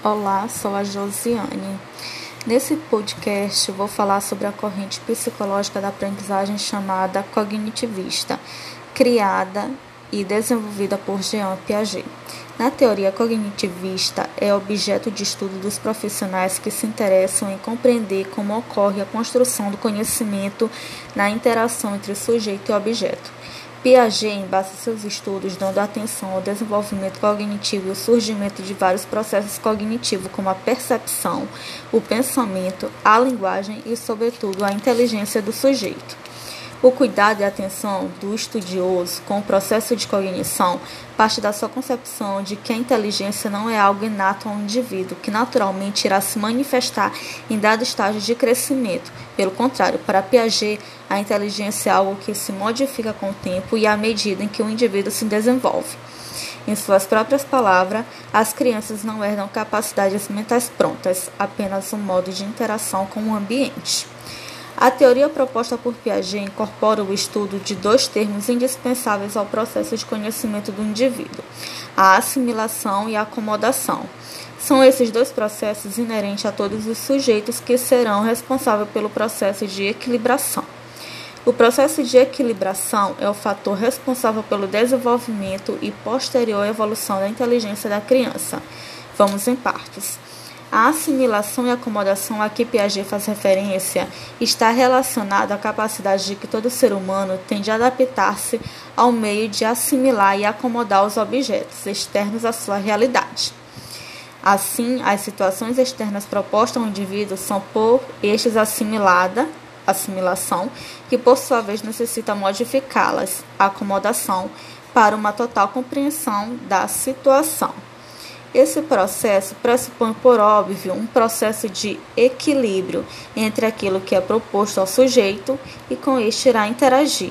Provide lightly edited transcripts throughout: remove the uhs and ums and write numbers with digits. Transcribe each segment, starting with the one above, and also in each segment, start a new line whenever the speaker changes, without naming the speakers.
Olá, sou a Josiane. Nesse podcast vou falar sobre a corrente psicológica da aprendizagem chamada cognitivista, criada e desenvolvida por Jean Piaget. Na teoria cognitivista, é objeto de estudo dos profissionais que se interessam em compreender como ocorre a construção do conhecimento na interação entre sujeito e objeto. Piaget embasa seus estudos dando atenção ao desenvolvimento cognitivo e o surgimento de vários processos cognitivos, como a percepção, o pensamento, a linguagem e, sobretudo, a inteligência do sujeito. O cuidado e a atenção do estudioso com o processo de cognição parte da sua concepção de que a inteligência não é algo inato ao indivíduo, que naturalmente irá se manifestar em dado estágio de crescimento. Pelo contrário, para Piaget, a inteligência é algo que se modifica com o tempo e à medida em que o indivíduo se desenvolve. Em suas próprias palavras, as crianças não herdam capacidades mentais prontas, apenas um modo de interação com o ambiente. A teoria proposta por Piaget incorpora o estudo de dois termos indispensáveis ao processo de conhecimento do indivíduo, a assimilação e a acomodação. São esses dois processos inerentes a todos os sujeitos que serão responsáveis pelo processo de equilibração. O processo de equilibração é o fator responsável pelo desenvolvimento e posterior evolução da inteligência da criança. Vamos em partes. A assimilação e acomodação a que Piaget faz referência está relacionada à capacidade de que todo ser humano tem de adaptar-se ao meio de assimilar e acomodar os objetos externos à sua realidade. Assim, as situações externas propostas ao indivíduo são por estes assimilação, que por sua vez necessita modificá-las, acomodação, para uma total compreensão da situação. Esse processo pressupõe, por óbvio, um processo de equilíbrio entre aquilo que é proposto ao sujeito e com este irá interagir.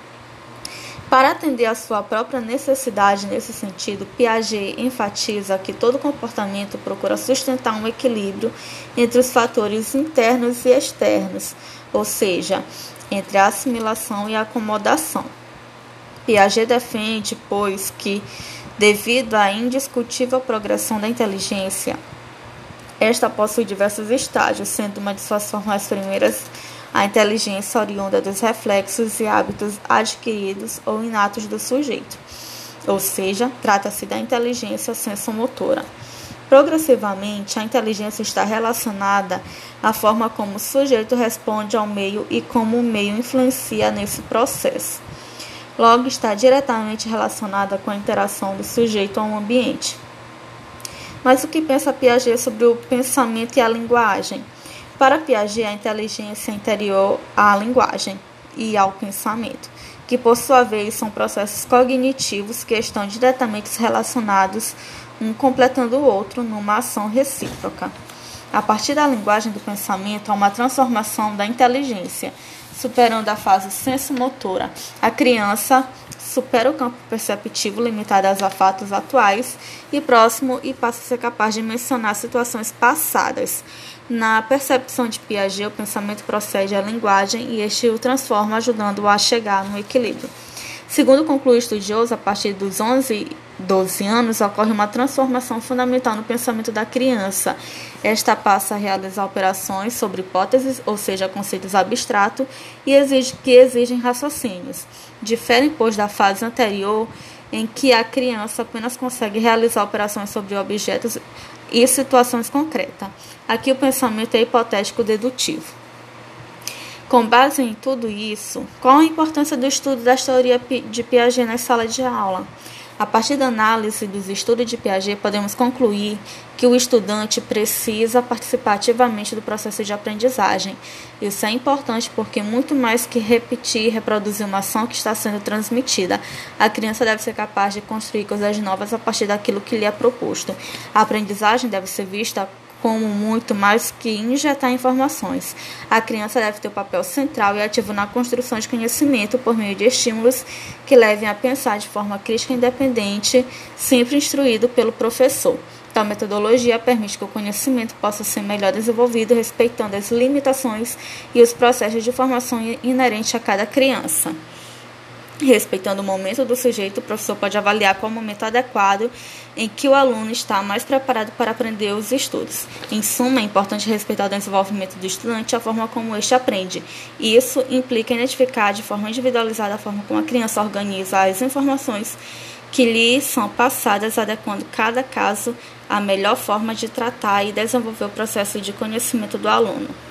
Para atender à sua própria necessidade nesse sentido, Piaget enfatiza que todo comportamento procura sustentar um equilíbrio entre os fatores internos e externos, ou seja, entre a assimilação e a acomodação. Piaget defende, pois, que devido à indiscutível progressão da inteligência, esta possui diversos estágios, sendo uma de suas formas primeiras a inteligência oriunda dos reflexos e hábitos adquiridos ou inatos do sujeito, ou seja, trata-se da inteligência sensomotora. Progressivamente, a inteligência está relacionada à forma como o sujeito responde ao meio e como o meio influencia nesse processo. Logo, está diretamente relacionada com a interação do sujeito ao ambiente. Mas o que pensa Piaget sobre o pensamento e a linguagem? Para Piaget, a inteligência é anterior à linguagem e ao pensamento, que por sua vez são processos cognitivos que estão diretamente relacionados, um completando o outro numa ação recíproca. A partir da linguagem do pensamento, há uma transformação da inteligência, superando a fase sensomotora. A criança supera o campo perceptivo limitado aos fatos atuais e próximo e passa a ser capaz de mencionar situações passadas. Na percepção de Piaget, o pensamento procede à linguagem e este o transforma, ajudando-o a chegar no equilíbrio. Segundo conclui o estudioso, a partir dos 12 anos ocorre uma transformação fundamental no pensamento da criança. Esta passa a realizar operações sobre hipóteses, ou seja, conceitos abstratos, que exigem raciocínios. Diferem, pois, da fase anterior, em que a criança apenas consegue realizar operações sobre objetos e situações concretas. Aqui o pensamento é hipotético-dedutivo. Com base em tudo isso, qual a importância do estudo da teoria de Piaget na sala de aula? A partir da análise dos estudos de Piaget, podemos concluir que o estudante precisa participar ativamente do processo de aprendizagem. Isso é importante porque, muito mais que repetir e reproduzir uma ação que está sendo transmitida, a criança deve ser capaz de construir coisas novas a partir daquilo que lhe é proposto. A aprendizagem deve ser vista como muito mais que injetar informações. A criança deve ter um papel central e ativo na construção de conhecimento por meio de estímulos que levem a pensar de forma crítica e independente, sempre instruído pelo professor. Tal metodologia permite que o conhecimento possa ser melhor desenvolvido, respeitando as limitações e os processos de formação inerentes a cada criança. Respeitando o momento do sujeito, o professor pode avaliar qual é o momento adequado em que o aluno está mais preparado para aprender os estudos. Em suma, é importante respeitar o desenvolvimento do estudante e a forma como este aprende. Isso implica identificar de forma individualizada a forma como a criança organiza as informações que lhe são passadas, adequando cada caso à melhor forma de tratar e desenvolver o processo de conhecimento do aluno.